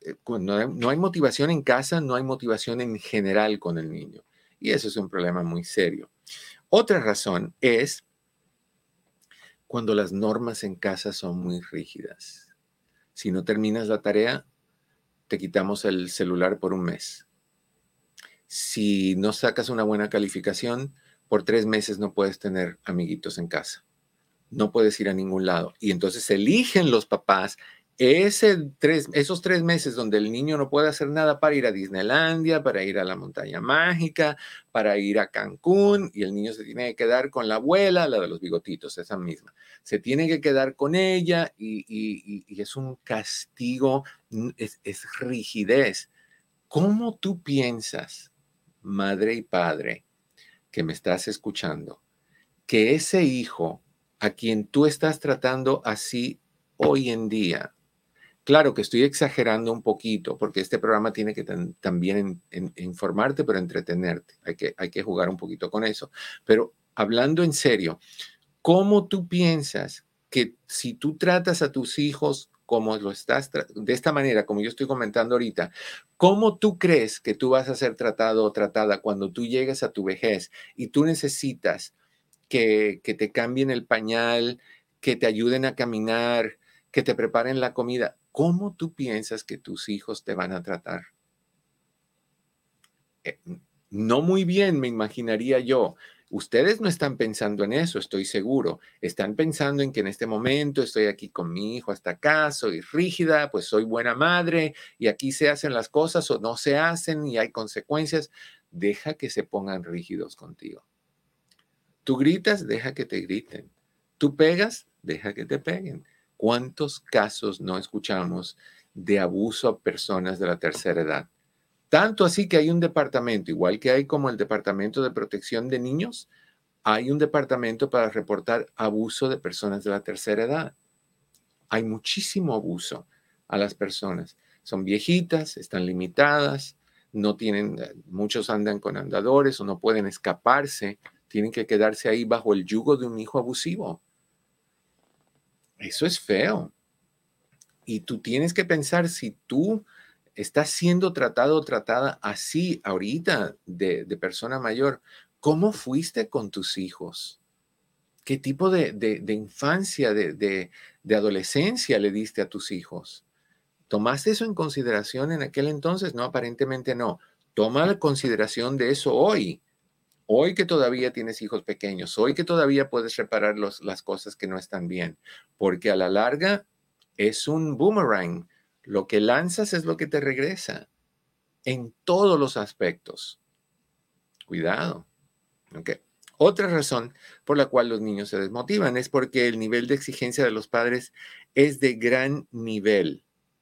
cuando no hay motivación en casa, no hay motivación en general con el niño. Y eso es un problema muy serio. Otra razón es cuando las normas en casa son muy rígidas. Si no terminas la tarea, te quitamos el celular por un mes. Si no sacas una buena calificación, por tres meses no puedes tener amiguitos en casa. No puedes ir a ningún lado. Y entonces eligen los papás ese tres, esos tres meses donde el niño no puede hacer nada para ir a Disneylandia, para ir a la montaña mágica, para ir a Cancún, y el niño se tiene que quedar con la abuela, la de los bigotitos, esa misma. Se tiene que quedar con ella y, y, y es un castigo, es, es rigidez. ¿Cómo tú piensas, madre y padre, que me estás escuchando, que ese hijo a quien tú estás tratando así hoy en día, claro que estoy exagerando un poquito porque este programa tiene que tan, también en, en, informarte, pero entretenerte. Hay que, hay que jugar un poquito con eso. Pero hablando en serio, ¿cómo tú piensas que si tú tratas a tus hijos como lo estás, de esta manera, como yo estoy comentando ahorita, cómo tú crees que tú vas a ser tratado o tratada cuando tú llegues a tu vejez y tú necesitas que, que te cambien el pañal, que te ayuden a caminar, que te preparen la comida? ¿Cómo tú piensas que tus hijos te van a tratar? Eh, no muy bien, me imaginaría yo. Ustedes no están pensando en eso, estoy seguro. Están pensando en que en este momento estoy aquí con mi hijo hasta acá, soy rígida, pues soy buena madre y aquí se hacen las cosas o no se hacen y hay consecuencias. Deja que se pongan rígidos contigo. Tú gritas, deja que te griten. Tú pegas, deja que te peguen. ¿Cuántos casos no escuchamos de abuso a personas de la tercera edad? Tanto así que hay un departamento, igual que hay como el Departamento de Protección de Niños, hay un departamento para reportar abuso de personas de la tercera edad. Hay muchísimo abuso a las personas. Son viejitas, están limitadas, no tienen, muchos andan con andadores o no pueden escaparse, tienen que quedarse ahí bajo el yugo de un hijo abusivo. Eso es feo. Y tú tienes que pensar si tú estás siendo tratado o tratada así ahorita de, de persona mayor, ¿cómo fuiste con tus hijos? ¿Qué tipo de, de, de infancia, de, de, de adolescencia le diste a tus hijos? ¿Tomaste eso en consideración en aquel entonces? No, aparentemente no. Toma consideración de eso hoy. Hoy que todavía tienes hijos pequeños, hoy que todavía puedes reparar los, las cosas que no están bien, porque a la larga es un boomerang. Lo que lanzas es lo que te regresa en todos los aspectos. Cuidado. Okay. Otra razón por la cual los niños se desmotivan es porque el nivel de exigencia de los padres es de gran nivel.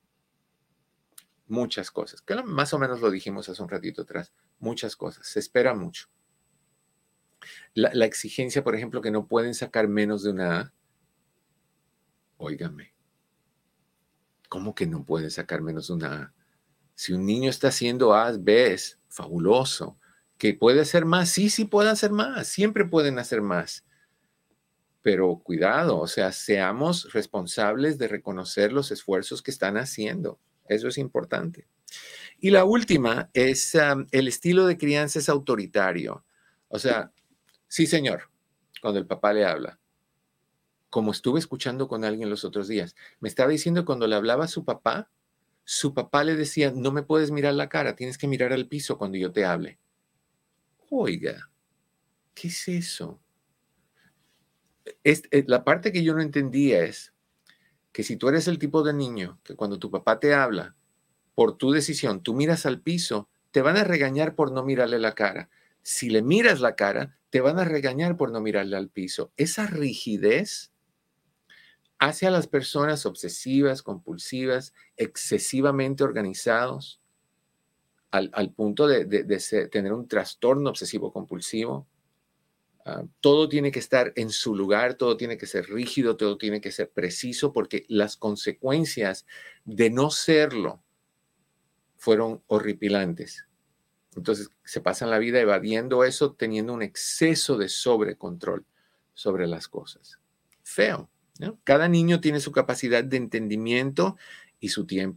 Muchas cosas, que más o menos lo dijimos hace un ratito atrás. Muchas cosas. Se espera mucho. La, la exigencia, por ejemplo, que no pueden sacar menos de una A. Óigame. ¿Cómo que no pueden sacar menos de una A? Si un niño está haciendo A's, B's, fabuloso. ¿Que puede hacer más? Sí, sí puede hacer más. Siempre pueden hacer más. Pero cuidado, o sea, seamos responsables de reconocer los esfuerzos que están haciendo. Eso es importante. Y la última es um, el estilo de crianza es autoritario. O sea, sí, señor, cuando el papá le habla. Como estuve escuchando con alguien los otros días, me estaba diciendo cuando le hablaba a su papá, su papá le decía, no me puedes mirar la cara, tienes que mirar al piso cuando yo te hable. Oiga, ¿qué es eso? Es, es, la parte que yo no entendía es que si tú eres el tipo de niño que cuando tu papá te habla, por tu decisión, tú miras al piso, te van a regañar por no mirarle la cara. Si le miras la cara, te van a regañar por no mirarle al piso. Esa rigidez hace a las personas obsesivas, compulsivas, excesivamente organizados, al, al punto de, de, de ser, tener un trastorno obsesivo-compulsivo. Uh, todo tiene que estar en su lugar, todo tiene que ser rígido, todo tiene que ser preciso, porque las consecuencias de no serlo fueron horripilantes. Entonces se pasan la vida evadiendo eso, teniendo un exceso de sobrecontrol sobre las cosas. Feo, ¿no? Cada niño tiene su capacidad de entendimiento y su tiempo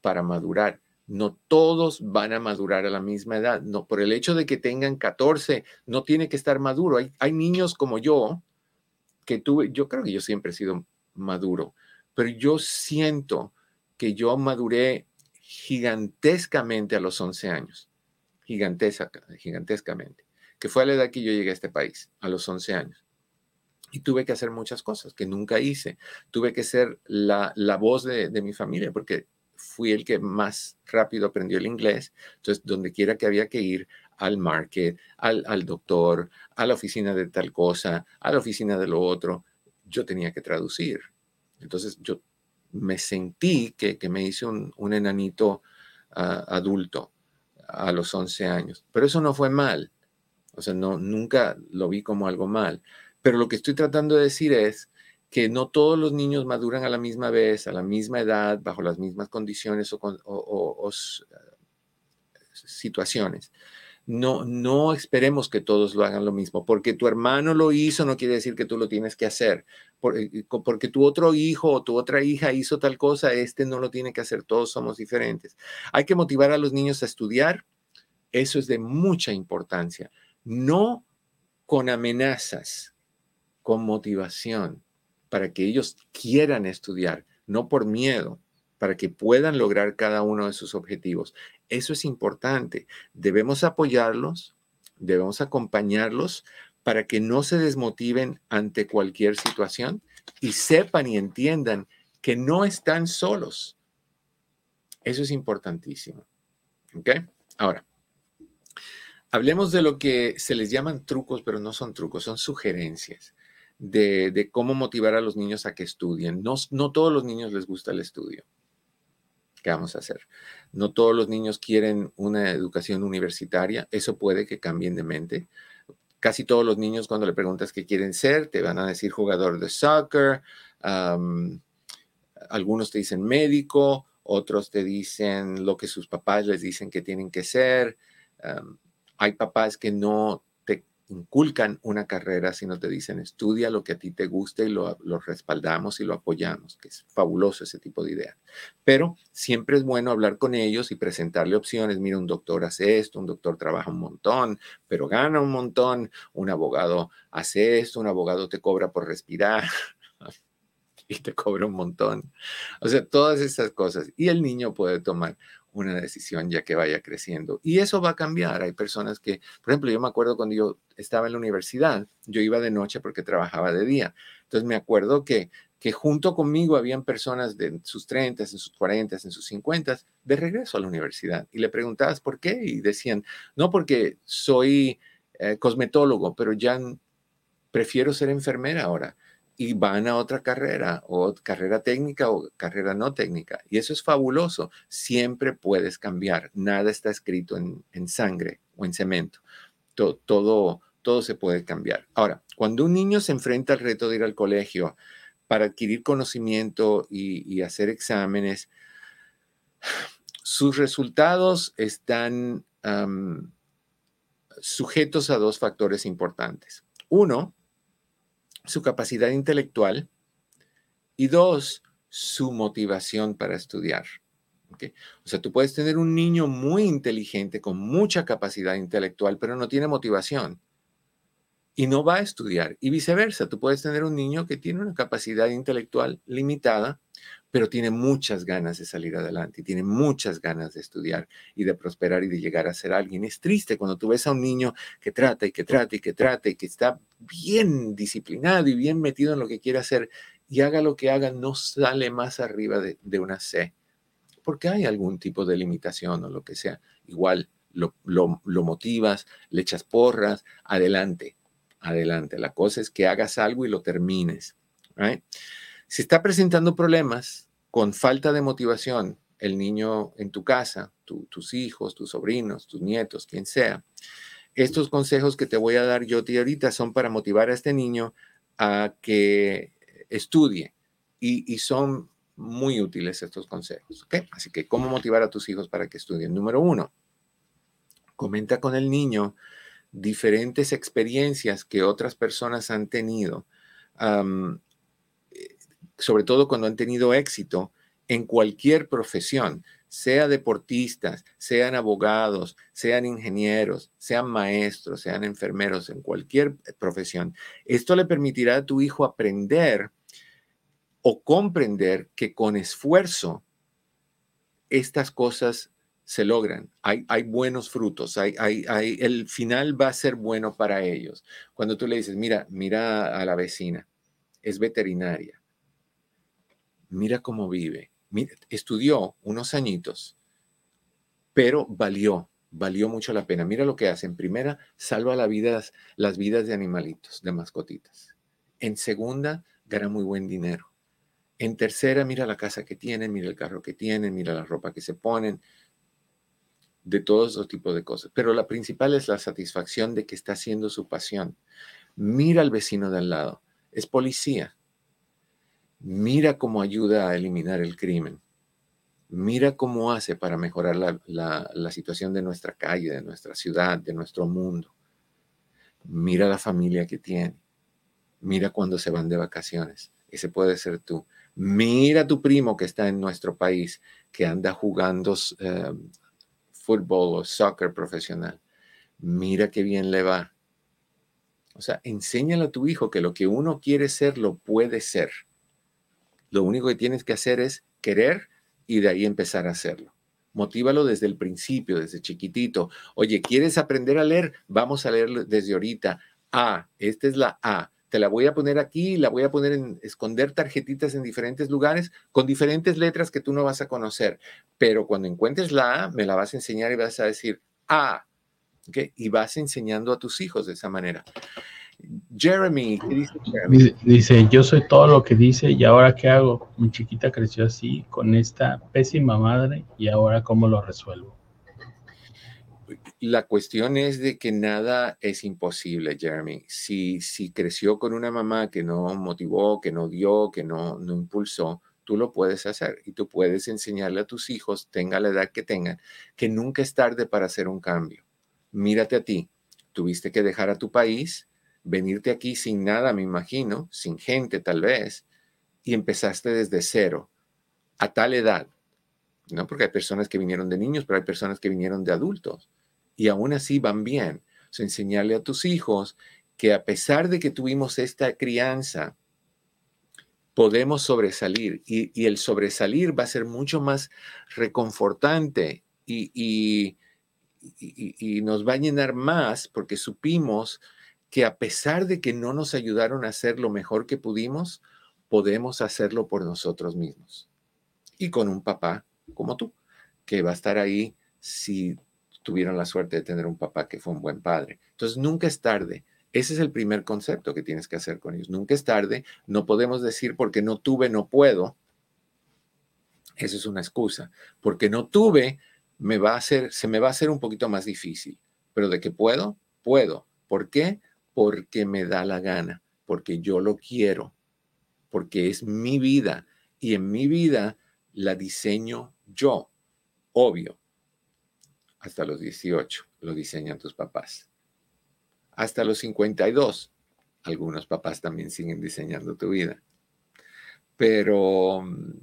para madurar. No todos van a madurar a la misma edad. No, por el hecho de que tengan catorce, no tiene que estar maduro. Hay, hay niños como yo, que tuve, yo creo que yo siempre he sido maduro, pero yo siento que yo maduré gigantescamente a los once años. Gigantesca, gigantescamente. Que fue a la edad que yo llegué a este país, a los once años. Y tuve que hacer muchas cosas que nunca hice. Tuve que ser la, la voz de, de mi familia, porque fui el que más rápido aprendió el inglés. Entonces, donde quiera que había que ir, al market, al, al doctor, a la oficina de tal cosa, a la oficina de lo otro, yo tenía que traducir. Entonces, yo me sentí que, que me hice un, un enanito uh, adulto a los once años. Pero eso no fue mal. O sea, no, nunca lo vi como algo mal. Pero lo que estoy tratando de decir es que no todos los niños maduran a la misma vez, a la misma edad, bajo las mismas condiciones o, o, o, o situaciones. No, no esperemos que todos lo hagan lo mismo. Porque tu hermano lo hizo no quiere decir que tú lo tienes que hacer. Porque tu otro hijo o tu otra hija hizo tal cosa, este no lo tiene que hacer. Todos somos diferentes. Hay que motivar a los niños a estudiar. Eso es de mucha importancia. No con amenazas, con motivación, para que ellos quieran estudiar, no por miedo, para que puedan lograr cada uno de sus objetivos. Eso es importante. Debemos apoyarlos, debemos acompañarlos para que no se desmotiven ante cualquier situación y sepan y entiendan que no están solos. Eso es importantísimo. ¿Ok? Ahora, hablemos de lo que se les llaman trucos, pero no son trucos, son sugerencias de, de cómo motivar a los niños a que estudien. No, no todos los niños les gusta el estudio. ¿Qué vamos a hacer? No todos los niños quieren una educación universitaria. Eso puede que cambien de mente. Casi todos los niños, cuando le preguntas qué quieren ser, te van a decir jugador de soccer. Um, algunos te dicen médico, otros te dicen lo que sus papás les dicen que tienen que ser. Um, hay papás que no te inculcan una carrera, sino te dicen estudia lo que a ti te guste y lo, lo respaldamos y lo apoyamos, que es fabuloso ese tipo de ideas. Pero siempre es bueno hablar con ellos y presentarle opciones. Mira, un doctor hace esto, un doctor trabaja un montón, pero gana un montón. Un abogado hace esto, un abogado te cobra por respirar y te cobra un montón. O sea, todas esas cosas. Y el niño puede tomar una decisión ya que vaya creciendo. Y eso va a cambiar. Hay personas que, por ejemplo, yo me acuerdo cuando yo estaba en la universidad, yo iba de noche porque trabajaba de día. Entonces me acuerdo que, que junto conmigo habían personas de sus treinta, en sus cuarenta, en sus cincuenta, de regreso a la universidad. Y le preguntabas por qué y decían, no porque soy eh, cosmetólogo, pero ya prefiero ser enfermera ahora. Y van a otra carrera, o carrera técnica o carrera no técnica. Y eso es fabuloso. Siempre puedes cambiar. Nada está escrito en, en sangre o en cemento. Todo, todo, todo se puede cambiar. Ahora, cuando un niño se enfrenta al reto de ir al colegio para adquirir conocimiento y, y hacer exámenes, sus resultados están um, sujetos a dos factores importantes. Uno, su capacidad intelectual, y dos, su motivación para estudiar. ¿Okay? O sea, tú puedes tener un niño muy inteligente, con mucha capacidad intelectual, pero no tiene motivación y no va a estudiar. Y viceversa, tú puedes tener un niño que tiene una capacidad intelectual limitada, pero tiene muchas ganas de salir adelante y tiene muchas ganas de estudiar y de prosperar y de llegar a ser alguien. Es triste cuando tú ves a un niño que trata y que trata y que trata y que está bien disciplinado y bien metido en lo que quiere hacer y haga lo que haga, no sale más arriba de, de una C, porque hay algún tipo de limitación o lo que sea. Igual lo, lo, lo motivas, le echas porras, adelante, adelante. La cosa es que hagas algo y lo termines. ¿Right? Si está presentando problemas con falta de motivación, el niño en tu casa, tu, tus hijos, tus sobrinos, tus nietos, quien sea, estos consejos que te voy a dar yo a ti ahorita son para motivar a este niño a que estudie y, y son muy útiles estos consejos. ¿Okay? Así que, ¿cómo motivar a tus hijos para que estudien? Número uno, comenta con el niño diferentes experiencias que otras personas han tenido. Um, sobre todo cuando han tenido éxito en cualquier profesión, sea deportistas, sean abogados, sean ingenieros, sean maestros, sean enfermeros, en cualquier profesión. Esto le permitirá a tu hijo aprender o comprender que con esfuerzo estas cosas se logran. Hay, hay buenos frutos, hay, hay, hay, el final va a ser bueno para ellos. Cuando tú le dices, mira, mira a la vecina, es veterinaria, mira cómo vive, mira, estudió unos añitos, pero valió, valió mucho la pena. Mira lo que hace. En primera, salva la vida, las vidas de animalitos, de mascotitas. En segunda, gana muy buen dinero. En tercera, mira la casa que tienen, mira el carro que tienen, mira la ropa que se ponen, de todos esos tipos de cosas. Pero la principal es la satisfacción de que está haciendo su pasión. Mira al vecino de al lado, es policía. Mira cómo ayuda a eliminar el crimen. Mira cómo hace para mejorar la, la, la situación de nuestra calle, de nuestra ciudad, de nuestro mundo. Mira la familia que tiene. Mira cuando se van de vacaciones. Ese puede ser tú. Mira a tu primo que está en nuestro país, que anda jugando uh, fútbol o soccer profesional. Mira qué bien le va. O sea, enséñale a tu hijo que lo que uno quiere ser, lo puede ser. Lo único que tienes que hacer es querer y de ahí empezar a hacerlo. Motívalo desde el principio, desde chiquitito. Oye, ¿quieres aprender a leer? Vamos a leer desde ahorita. A, esta es la A. Te la voy a poner aquí, la voy a poner en esconder tarjetitas en diferentes lugares con diferentes letras que tú no vas a conocer. Pero cuando encuentres la A, me la vas a enseñar y vas a decir A. ¿Okay? Y vas enseñando a tus hijos de esa manera. Jeremy, ¿qué dice Jeremy? Dice, dice, yo soy todo lo que dice y ahora ¿qué hago? Mi chiquita creció así, con esta pésima madre y ahora ¿cómo lo resuelvo? La cuestión es de que nada es imposible, Jeremy. Si, si creció con una mamá que no motivó, que no dio, que no, no impulsó, tú lo puedes hacer y tú puedes enseñarle a tus hijos, tenga la edad que tengan, que nunca es tarde para hacer un cambio. Mírate a ti. Tuviste que dejar a tu país, venirte aquí sin nada, me imagino, sin gente tal vez, y empezaste desde cero, a tal edad, ¿no? Porque hay personas que vinieron de niños, pero hay personas que vinieron de adultos, y aún así van bien. O sea, enseñarle a tus hijos que a pesar de que tuvimos esta crianza, podemos sobresalir, y, y el sobresalir va a ser mucho más reconfortante y, y, y, y nos va a llenar más porque supimos que a pesar de que no nos ayudaron a hacer lo mejor que pudimos, podemos hacerlo por nosotros mismos. Y con un papá como tú, que va a estar ahí si tuvieron la suerte de tener un papá que fue un buen padre. Entonces, nunca es tarde. Ese es el primer concepto que tienes que hacer con ellos. Nunca es tarde. No podemos decir porque no tuve, no puedo. Eso es una excusa. Porque no tuve, me va a hacer, se me va a hacer un poquito más difícil. Pero de que puedo, puedo. ¿Por qué? Porque me da la gana, porque yo lo quiero, porque es mi vida y en mi vida la diseño yo. Obvio, hasta los dieciocho lo diseñan tus papás. Hasta los cincuenta y dos, algunos papás también siguen diseñando tu vida. Pero,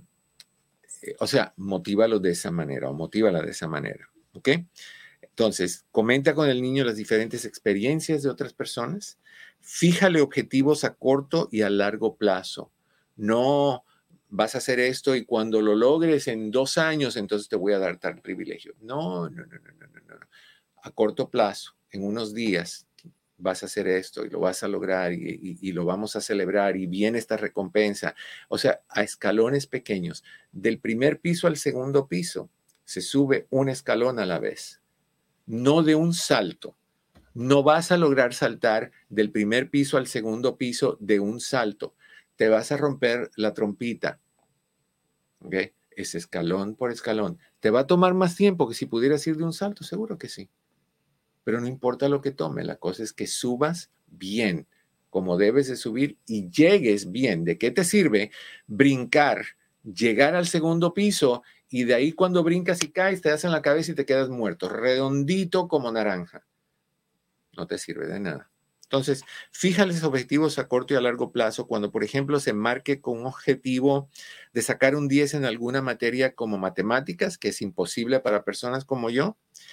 o sea, motívalo de esa manera o motívala de esa manera, ¿ok? Entonces, comenta con el niño las diferentes experiencias de otras personas. Fíjale objetivos a corto y a largo plazo. No vas a hacer esto y cuando lo logres en dos años, entonces te voy a dar tal privilegio. No, no, no, no, no, no, no. A corto plazo, en unos días, vas a hacer esto y lo vas a lograr y, y, y lo vamos a celebrar y viene esta recompensa. O sea, a escalones pequeños. Del primer piso al segundo piso, se sube un escalón a la vez. No de un salto. No vas a lograr saltar del primer piso al segundo piso de un salto. Te vas a romper la trompita. ¿Ok? Es escalón por escalón. ¿Te va a tomar más tiempo que si pudieras ir de un salto? Seguro que sí. Pero no importa lo que tome. La cosa es que subas bien, como debes de subir y llegues bien. ¿De qué te sirve brincar, llegar al segundo piso y de ahí cuando brincas y caes te das en la cabeza y te quedas muerto, redondito como naranja? No te sirve de nada. Entonces, fíjales objetivos a corto y a largo plazo. Cuando, por ejemplo, se marque con un objetivo de sacar un diez en alguna materia como matemáticas, que es imposible para personas como yo,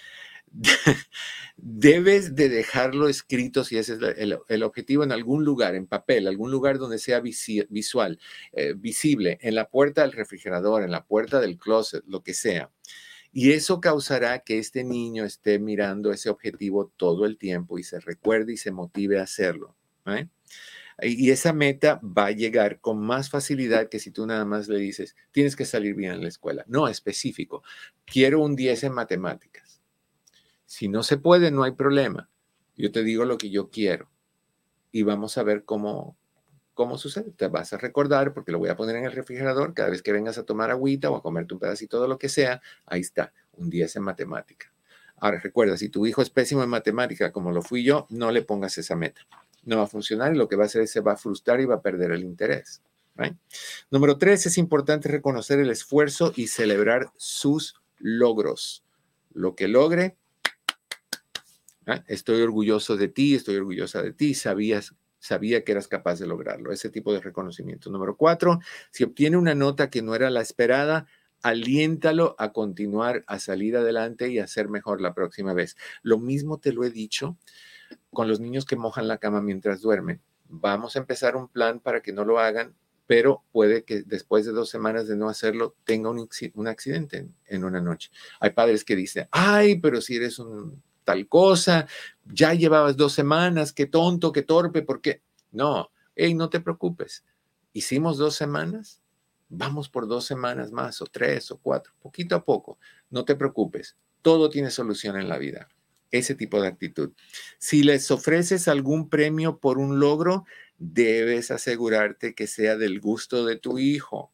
debes de dejarlo escrito, si ese es el, el objetivo, en algún lugar, en papel, algún lugar donde sea visi- visual, eh, visible, en la puerta del refrigerador, en la puerta del closet, lo que sea. Y eso causará que este niño esté mirando ese objetivo todo el tiempo y se recuerde y se motive a hacerlo, ¿eh? Y esa meta va a llegar con más facilidad que si tú nada más le dices, tienes que salir bien en la escuela. No, específico. Quiero un diez en matemáticas. Si no se puede, no hay problema. Yo te digo lo que yo quiero y vamos a ver cómo, cómo sucede. Te vas a recordar porque lo voy a poner en el refrigerador cada vez que vengas a tomar agüita o a comerte un pedacito de lo que sea. Ahí está, un diez en matemática. Ahora recuerda, si tu hijo es pésimo en matemática como lo fui yo, no le pongas esa meta. No va a funcionar y lo que va a hacer es se va a frustrar y va a perder el interés. ¿Right? Número tres, es importante reconocer el esfuerzo y celebrar sus logros. Lo que logre, ¿eh? Estoy orgulloso de ti, estoy orgullosa de ti, sabías, sabía que eras capaz de lograrlo. Ese tipo de reconocimiento. Número cuatro, si obtiene una nota que no era la esperada, aliéntalo a continuar, a salir adelante y a hacer mejor la próxima vez. Lo mismo te lo he dicho con los niños que mojan la cama mientras duermen. Vamos a empezar un plan para que no lo hagan, pero puede que después de dos semanas de no hacerlo tenga un, un accidente en, en una noche. Hay padres que dicen, ay, pero si eres un tal cosa, ya llevabas dos semanas, qué tonto, qué torpe, ¿por qué? No, hey, no te preocupes. Hicimos dos semanas, vamos por dos semanas más, o tres, o cuatro, poquito a poco. No te preocupes, todo tiene solución en la vida. Ese tipo de actitud. Si les ofreces algún premio por un logro, debes asegurarte que sea del gusto de tu hijo.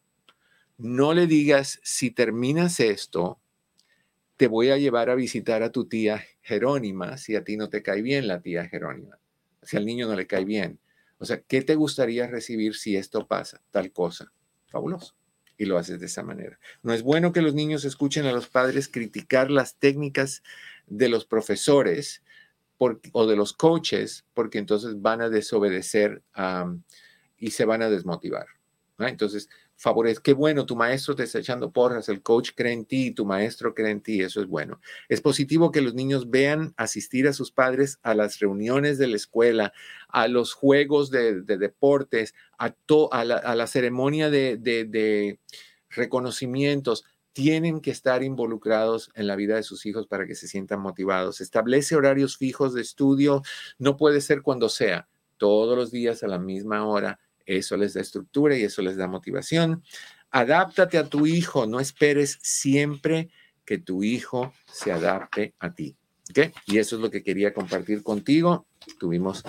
No le digas, si terminas esto, te voy a llevar a visitar a tu tía Jerónima si a ti no te cae bien la tía Jerónima, si al niño no le cae bien. O sea, ¿qué te gustaría recibir si esto pasa? Tal cosa. Fabuloso. Y lo haces de esa manera. No es bueno que los niños escuchen a los padres criticar las técnicas de los profesores por, o de los coaches, porque entonces van a desobedecer um, y se van a desmotivar, ¿no? Entonces, favorece, qué bueno, tu maestro te está echando porras, el coach cree en ti, tu maestro cree en ti, eso es bueno. Es positivo que los niños vean asistir a sus padres a las reuniones de la escuela, a los juegos de, de deportes, a, to, a, la, a la ceremonia de, de, de reconocimientos. Tienen que estar involucrados en la vida de sus hijos para que se sientan motivados. Establece horarios fijos de estudio, no puede ser cuando sea, todos los días a la misma hora. Eso les da estructura y eso les da motivación. Adáptate a tu hijo. No esperes siempre que tu hijo se adapte a ti. ¿Okay? Y eso es lo que quería compartir contigo. Tuvimos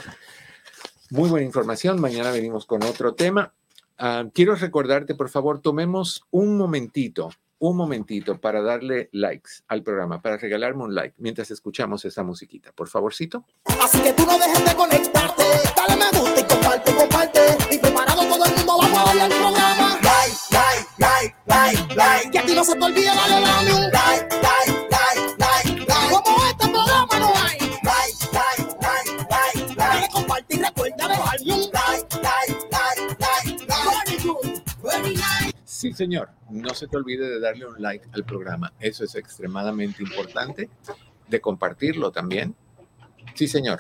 muy buena información. Mañana venimos con otro tema. Uh, quiero recordarte, por favor, tomemos un momentito, un momentito para darle likes al programa, para regalarme un like mientras escuchamos esa musiquita. Por favorcito. Así que tú no dejes de conectarte. Dale me gusta y comparte, comparte. Y preparado todo el mundo, vamos a darle al programa. Like, like, like, like, like. Que a ti no se te olvide darle like, like, like, like, like, like. Como este programa no hay. Like, like, like, like, like. Dale comparte y recuerda dejarme un like, like, like, like, like. Very good, very nice. Sí, señor. No se te olvide de darle un like al programa. Eso es extremadamente importante. De compartirlo también. Sí, señor.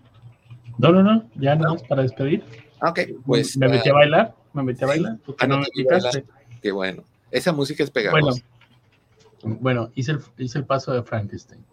No, no, no. Ya no es para despedir. Ok, pues. Me metí a bailar. Me metí a bailar. Sí. Ah, no, no me invitaste. Qué bueno. Esa música es pegajosa. Bueno, bueno hice, el, hice el paso de Frankenstein.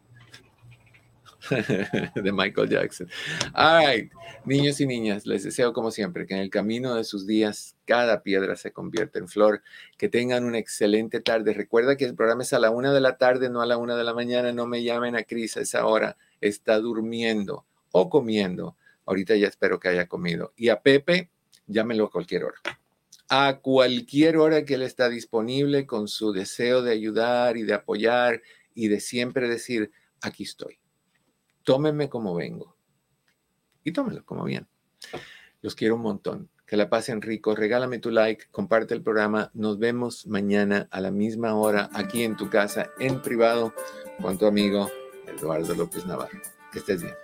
De Michael Jackson. All right, niños y niñas, les deseo como siempre que en el camino de sus días cada piedra se convierta en flor, que tengan una excelente tarde. Recuerda que el programa es a la una de la tarde, no a la una de la mañana. No me llamen a Cris a esa hora, está durmiendo o comiendo. Ahorita ya espero que haya comido. Y a Pepe, llámenlo a cualquier hora. A cualquier hora que él está disponible con su deseo de ayudar y de apoyar y de siempre decir, aquí estoy. Tómenme como vengo. Y tómenlo como bien. Los quiero un montón. Que la pasen rico. Regálame tu like. Comparte el programa. Nos vemos mañana a la misma hora aquí en tu casa, en privado, con tu amigo Eduardo López Navarro. Que estés bien.